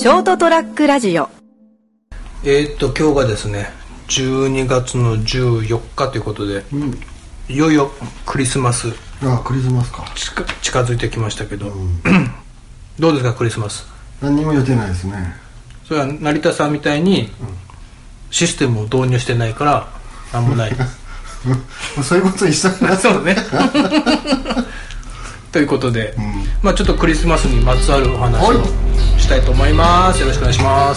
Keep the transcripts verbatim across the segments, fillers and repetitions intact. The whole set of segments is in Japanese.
ショートトラックラジオ。 えー、っと今日がですねじゅうにがつのじゅうよっかということで、うん、いよいよクリスマスああクリスマスか近, 近づいてきましたけど、うん、どうですかクリスマス。 何にも予定ないですね。 それは成田さんみたいにシステムを導入してないから何もないそういうことにしたらそうねということで、うん、まあちょっとクリスマスにまつわるお話をしたいと思います。よろしくお願いします。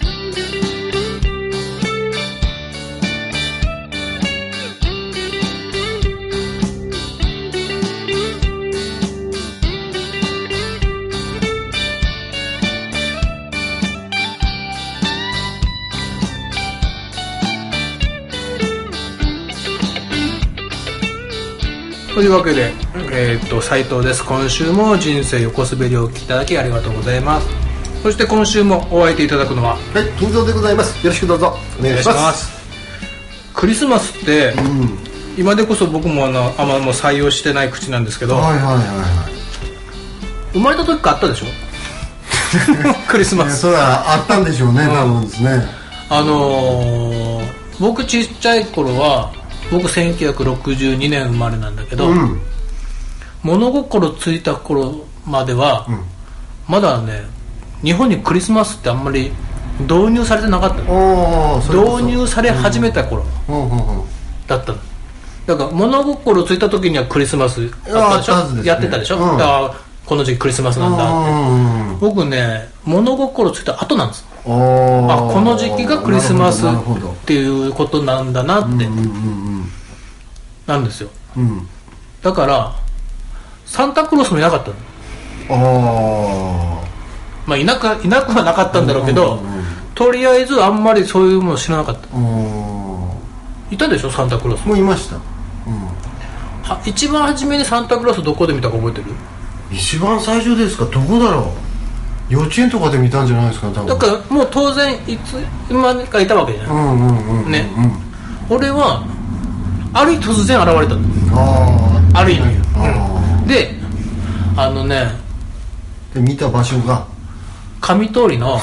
というわけで、えー、っと斉藤です。今週も人生横滑りをお聞きいただきありがとうございます。そして今週もお相手いただくのははい金蔵でございます。よろしくどうぞお願いします。 お願いします。クリスマスって、うん、今でこそ僕もあのあんまもう採用してない口なんですけど、はいはいはいはい、生まれた時からあったでしょクリスマス。 それはあったんでしょうね、うん、多分ですね。 あのー、僕ちっちゃい頃は僕せんきゅうひゃくろくじゅうにねん生まれなんだけど、うん、物心ついた頃までは、うん、まだね日本にクリスマスってあんまり導入されてなかったの。導入され始めた頃だったの。だから物心ついた時にはクリスマスあったでしょ、ね、やってたでしょ、うん、だからこの時期クリスマスなんだって。僕ね物心ついた後なんです。あこの時期がクリスマスっていうことなんだなってなんですよ、うん、だからサンタクロースもいなかったの。あまあいなく、いなくはなかったんだろうけど、うんうんうん、とりあえずあんまりそういうもの知らなかった。いたでしょサンタクロース。 もういました、うん、 は一番初めにサンタクロースどこで見たか覚えてる？ 一番最初ですか？どこだろう。幼稚園とかで見たんじゃないですか多分。 だからもう当然いつ今かいたわけじゃない、うんうんうんうん、ね。俺はある日突然現れたの。あある意味、うん、であのねで見た場所が上通りの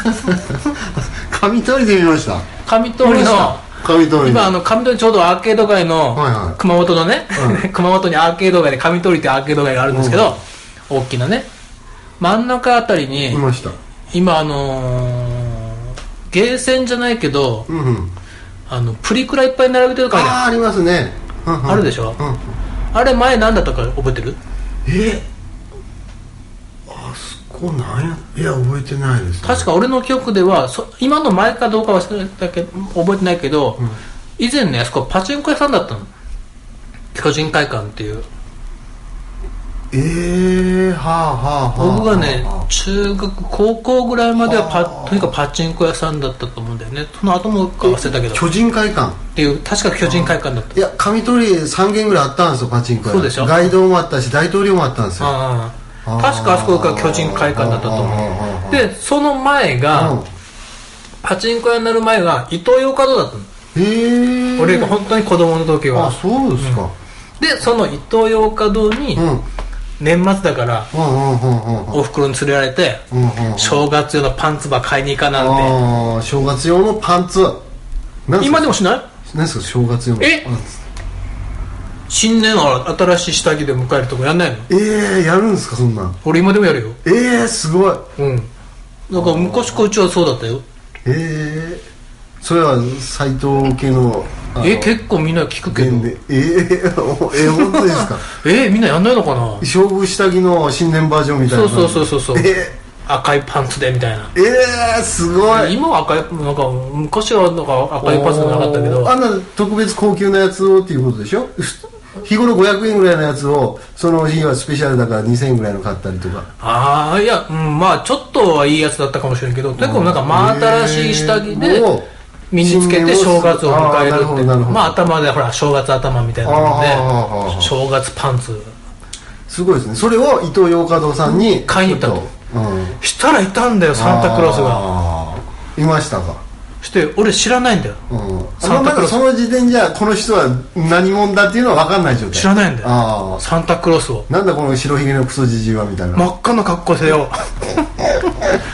上通りで見ました。 上通りの上通り今あの上通りちょうどアーケード街の、はいはい、熊本のね、うん、熊本にアーケード街で上通りってアーケード街があるんですけど、うん、大きなね真ん中あたりにいました。今あのー、ゲーセンじゃないけど、うんうん、あのプリクラいっぱい並べてるからね。 ああありますね、うんうん、 あるでしょ、うんうん、あれ前何だったか覚えてる？ えあそこなんや。いや覚えてないです、ね、 確か俺の記憶ではそ今の前かどうか忘れたけど覚えてないけど、うん、以前ねあそこパチンコ屋さんだったの。巨人会館っていう。 えー、はあはあはあ。 僕がね中学高校ぐらいまではパとにかくパチンコ屋さんだったと思うんだよね。その後も忘れたけど巨人会館っていう確か巨人会館だった。 いや上通りさん軒ぐらいあったんですよパチンコ屋。 そうでしょ。 街道もあったし大統領もあったんですよ。 ああ確かあそこが巨人会館だったと思う。でその前がパチンコ屋になる前がイトーヨーカドーだったの。へえ。俺が本当に子供の時は。 あそうですか、 うん、でそのイトーヨーカドーに、うん年末だから、うんうんうんうん、おふくろに連れられて、うんうんうん、正月用のパンツば買いに行かなんて。 あ正月用のパンツ今でもしない？ 何ですか正月用のパンツ。え新年は新しい下着で迎えるとこやんないの？ えー、やるんですかそんなん。 俺今でもやるよ。 えー、すごい。 うんだから昔こっちはそうだったよ。 えーそれは斎藤家のえ結構みんな聞くけど。 えー、えー、本当ですかえー、みんなやんないのかな。 勝負下着の新年バージョンみたいな。 そうそうそうそう、えー、赤いパンツでみたいな。 えー、すごい。 今は赤いなんか昔はなんか赤いパンツじゃなかったけどあんな特別高級なやつをっていうことでしょ。日頃ごひゃくえんぐらいのやつをその日はスペシャルだからにせんえんぐらいの買ったりとか。ああいや、うん、まあちょっとはいいやつだったかもしれないけど、結構なんか真新しい下着で身につけて正月を迎えるっていう。まあ頭でほら正月頭みたいなので正月パンツすごいですね。それをイトーヨーカドーさんに買いに行ったと、うん、したらいたんだよサンタクロースが。 いましたか。 して俺知らないんだよ、うん、 サンタクロース。その時点じゃこの人は何者だっていうのは分かんない状態。 知らないんだよあサンタクロースを。 なんだこの白ひげのクソじじいはみたいな。 真っ赤な格好してよ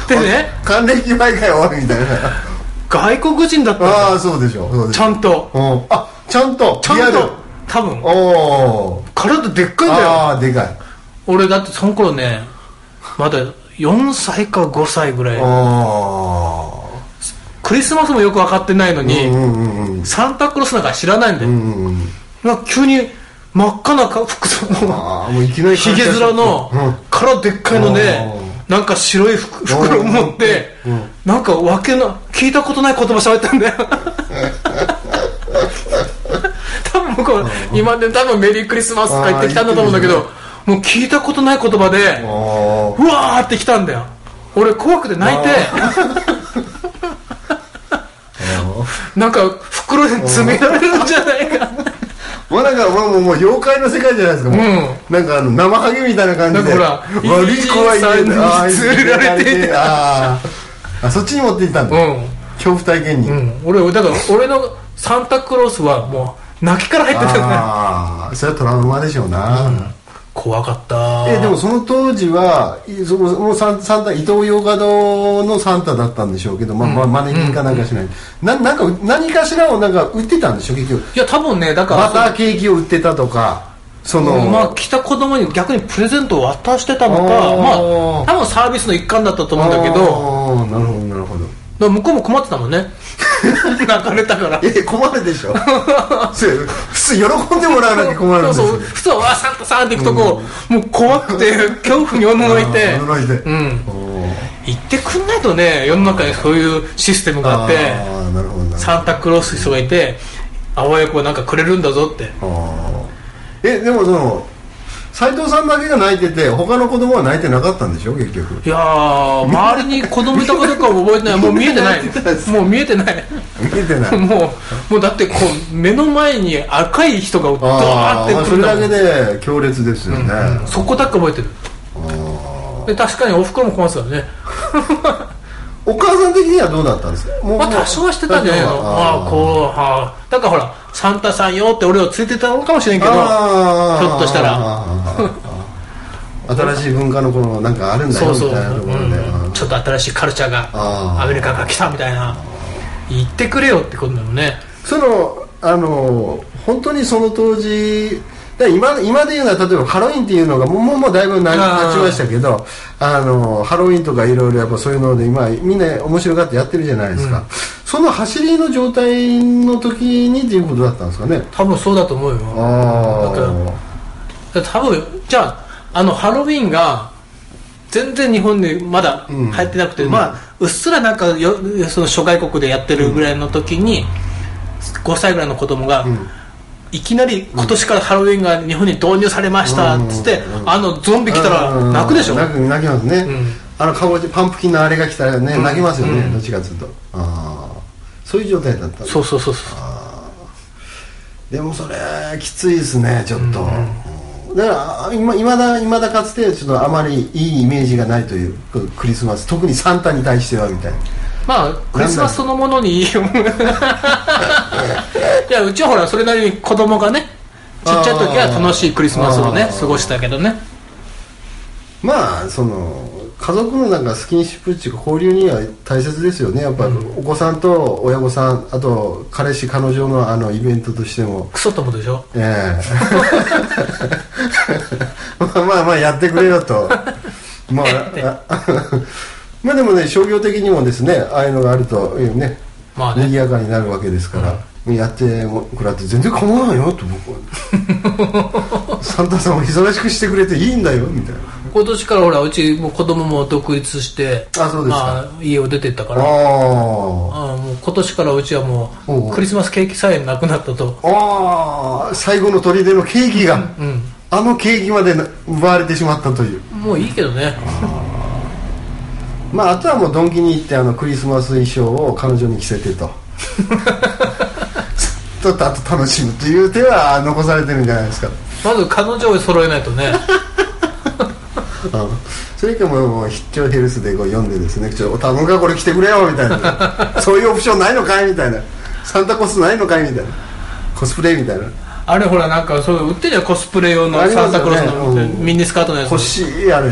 でね還暦毎回終わるみたいな外国人だったんだよ。 ああそうでしょうちゃんと、 うん、あちゃんとちゃんと多分お体でっかいんだよ。 ああでかい。 俺だってその頃ねまだよんさいかごさいぐらい。クリスマスもよく分かってないのに、うんうんうん、サンタクロースなんか知らないんだよ、うんうん、なんか急に真っ赤な服装のひげ面の体でっかいので、うん、なんか白い袋を持って、うんうん、なんかわけの聞いたことない言葉喋ったんだよ多分僕は今で多分メリークリスマスとか言ってきたんだと思うんだけど、もう聞いたことない言葉でうわーってきたんだよ。俺怖くて泣いてなんか袋に詰められるんじゃないかもうなんかもうもう妖怪の世界じゃないですか、もう、うん、なんかあの生ハゲみたいな感じで、 ほら悪い怖いさんに連れられてああそっちに持っていったんだ、うん、恐怖体験に、うん、 俺だから俺のサンタクロースはもう泣きから入ってたんだよ。 ああそれはトラウマでしょうな、うん、 怖かった。 えでもその当時はそのもうサンサンタイトーヨーカドーのサンタだったんでしょうけど、まあ、うん、マネキンかなんかしない、うん、な, なんか何かしらをなんか売ってたんでしょ結局。 いや多分ねだからバターケーキを売ってたとかその、 まあ来た子供に逆にプレゼントを渡してたのか、まあ多分サービスの一環だったと思うんだけど。 なるほどなるほど。 向こうも困ってたもんね泣かれたからえ困るでしょ普通喜んでもらわなきゃ困るんですよ。 そうそう普通はわサンタさんって行くとこう、うん、もう怖くて恐怖におののいておののいて、 うん、言ってくんないとね世の中にそういうシステムがあって、 あなるほどサンタクロース人がいてあわよくばなんかくれるんだぞって。 あえでもその斉藤さんだけが泣いてて他の子供は泣いてなかったんでしょ結局。 いやー周りに子供いたかどうかは覚えてないもう見えてないもう見えてない見えてないもうもうだってこう目の前に赤い人がドーってくるんだもん。 それだけで強烈ですよね、うん、 そこだけ覚えてる。で確かにおふくろも困ってたよねお母さん的にはどうだったんですか。もう、 まあ、多少はしてたんじゃないの。ああこうはあだからほらサンタさんよって俺を連れてたのかもしれんけどひょっとしたら新しい文化のこのなんかあるんだよみたいなところで、 うん、ちょっと新しいカルチャーがアメリカが来たみたいな言ってくれよってことだよね。 そのあの本当にその当時今, 今で言うのは例えばハロウィンっていうのがもうもうだいぶ経ちましたけどあのハロウィンとかいろいろやっぱそういうので今みんな面白がってやってるじゃないですか、うん、その走りの状態の時にっていうことだったんですかね。 多分そうだと思うよ。あだから多分じゃああのハロウィンが全然日本にまだ入ってなくて、うん、まあうっすらなんかよその諸外国でやってるぐらいの時に、うん、ごさいぐらいの子供が、うんいきなり今年からハロウィンが日本に導入されましたっつって、うん、あのゾンビ来たら泣くでしょ。 泣きますね、うん、あのカゴパンプキンのあれが来たらね、うん、泣きますよね、うん、どっちかというとあそういう状態だった。 そうそうそうそうでもそれきついですねちょっと、うん、だから今いまだいまだかつてちょっとあまりいいイメージがないというクリスマス特にサンタに対してはみたいな。 まあクリスマスそのものにいいよいやうちはほらそれなりに子供がねちっちゃい時は楽しいクリスマスをね過ごしたけどね。 まあその家族のなんかスキンシップっていうか交流には大切ですよねやっぱ、うん、お子さんと親御さんあと彼氏彼女のあのイベントとしてもクソともでしょ。 ええまあまあまあやってくれよとまあまあでもね商業的にもですねああいうのがあるとね、まあね、賑やかになるわけですから、うん、やってもらって全然構わないよと僕はサンタさんを忙しくしてくれていいんだよみたいな。 今年からほらうちもう子供も独立してあそうですか、まあ、家を出てったからああもう今年からうちはもうクリスマスケーキさえなくなったと。 ああ最後の砦のケーキが、うんうん、あのケーキまで奪われてしまったという。 もういいけどねまあ、あとはもうドンキに行ってあのクリスマス衣装を彼女に着せてとちょっとあと楽しむという手は残されてるんじゃないですか。 まず彼女を揃えないとねうん、それかもうもう必聴ヘルスでこう読んでですねちょっと頼むかこれ着てくれよみたいなそういうオプションないのかいみたいなサンタコスないのかいみたいなコスプレみたいなあれほらなんかそう売ってるじゃんコスプレ用のサンタクロースの、ね、ミニスカートのやつ欲しいあれ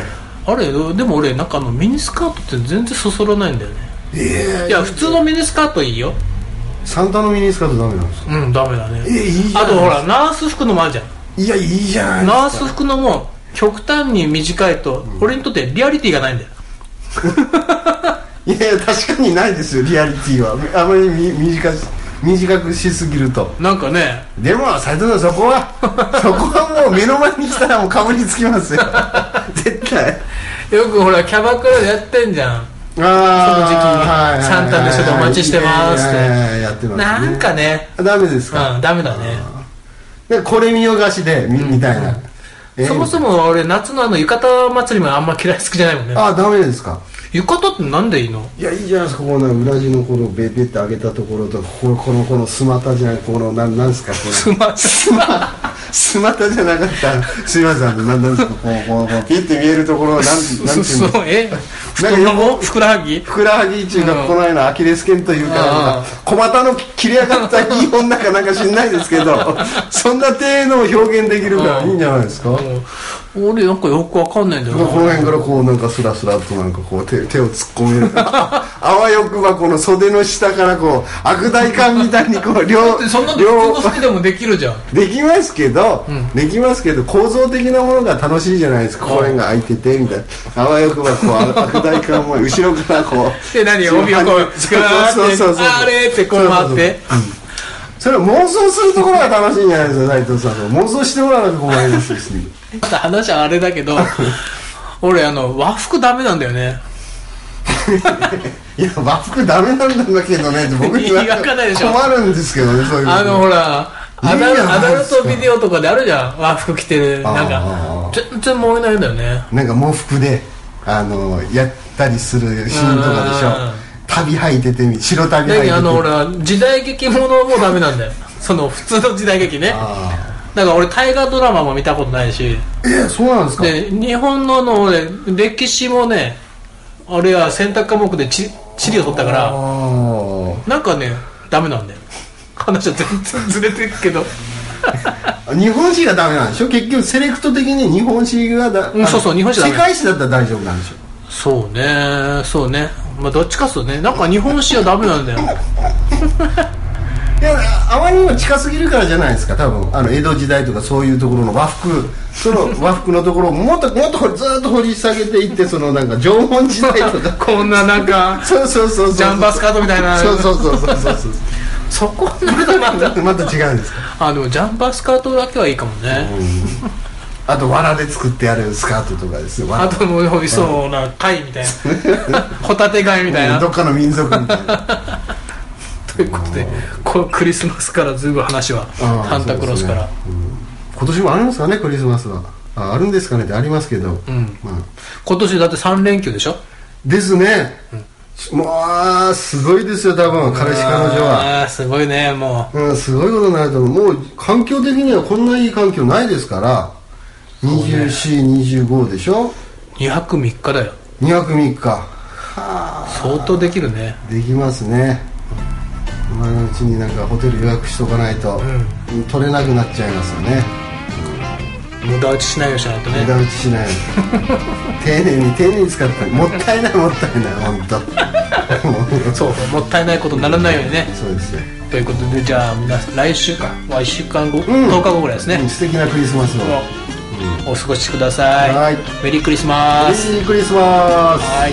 あれでも俺なんかあのミニスカートって全然そそらないんだよね。 えー、 いや普通のミニスカートいいよ。 サンタのミニスカートダメなんですか？ うんダメだね。 えー、いいじゃん。 あとほらナース服のもあるじゃん。 いやいいじゃないですか。 ナース服のも極端に短いと、うん、俺にとってリアリティがないんだよ。 いやいや確かにないですよリアリティは。あまり短し短くしすぎるとなんかね。 でも斉藤さんそこはそこはもう目の前に来たらもうかぶりつきますよ絶対。 よくほらキャバクラでやってんじゃん。あその時期に、はい、サンタの人でお待ちしてますってやってます、ね、なんかねダメですか？ うんダメだね。 でこれ見よがしで み,、うん、みたいな、うんえー、そもそも俺夏のあの浴衣祭りもあんま嫌い好きじゃないもんね。 あダメですか？ 浴衣ってなんでいいの？いやいいじゃないですか。この裏地のこのベベって上げたところとこのこのこのスマタじゃないこのなんなんですかこのスマスマスマタじゃなかったすいませんなんなんですかこうこうこうピッて見えるところなんなんていうんですかえなんか横ふくらはぎふくらはぎっていうか、うん、このようなアキレス腱というか小股の切れ上がったいい女かなんか知んないですけどそんな程度を表現できるからいいんじゃないですか？ 俺なんかよくわかんないんだよな。 この辺からこうなんかスラスラとなんかこう 手, 手を突っ込めるあわよくばこの袖の下からこう悪大感みたいにこう両そんなの普通の服でもできるじゃん。 できますけど、うん、できますけど構造的なものが楽しいじゃないですか。これが開いててみたいなあわよくばこう悪大感も後ろからこうで何帯をこうスクワーってあれってこう回って、 それを妄想するところが楽しいんじゃないですか斉藤さん。妄想してもらわなきゃ困りますし話はあれだけど俺あの和服ダメなんだよねいや和服ダメなんだけどね僕には困るんですけどね。そういうあのほらアダル、アダルトビデオとかであるじゃん和服着てるなんか全然燃えないんだよね。 なんか喪服であのやったりするシーンとかでしょ。旅履いてて白旅履いててあの俺は時代劇ものもダメなんだよその普通の時代劇ね。だから俺大河ドラマも見たことないし。 えー、そうなんですか？ で日本のの俺歴史もね俺は選択科目で地理を取ったからなんかねダメなんだよ。話は全然ずれてるけど日本史がダメなんでしょ結局。セレクト的に日本史がだ、 うん、そうそう日本史ダメ。 世界史だったら大丈夫なんでしょ。 そうねそうねまあどっちかすとねなんか日本史はダメなんだよいやあまりにも近すぎるからじゃないですか多分。あの江戸時代とかそういうところの和服その和服のところをもっともっとずっと掘り下げていってそのなんか縄文時代とかこんななんかそうそうそうそうジャンバースカートみたいなそうそうそうそうそうそこまたまたまた違うんですか？ あでもジャンバースカートだけはいいかもね。 あと藁で作ってあるスカートとかですね。 あともうおいしそうな貝みたいなホタテ貝みたいな、 うん、どっかの民族みたいなということでこうクリスマスからずいぶん話はサンタクロースから、ねうん、 今年もあるんですかねクリスマスは。 あ, あるんですかねってありますけど、 うんまあ、今年だってさん連休でしょ。 ですね、うん、もうすごいですよ多分彼氏彼女は。 あすごいねもう、 うん、すごいことになると思う。もう環境的にはこんないい環境ないですからにじゅうよん、にじゅうごでしょ。 にはくみっかだよ。 にはくみっかはあ相当できるね。 できますね。今のうちになんかホテル予約しとかないと、うん、取れなくなっちゃいますよね、 うん、無駄打ちしないようにしないとね。 無駄打ちしない丁寧に丁寧に使ってもったいないもったいない本当そうもったいないことにならないようにね。 そうですよ。 ということでじゃあ皆来週かいっしゅうかんご、うん、とおかごぐらいですね、 うん、素敵なクリスマスをお過ごしください。 はい。 メリークリスマス。 メリークリスマス。 はい。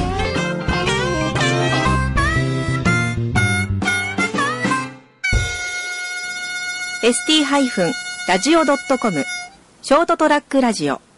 エスティー ラジオ ドットコム ショートトラックラジオ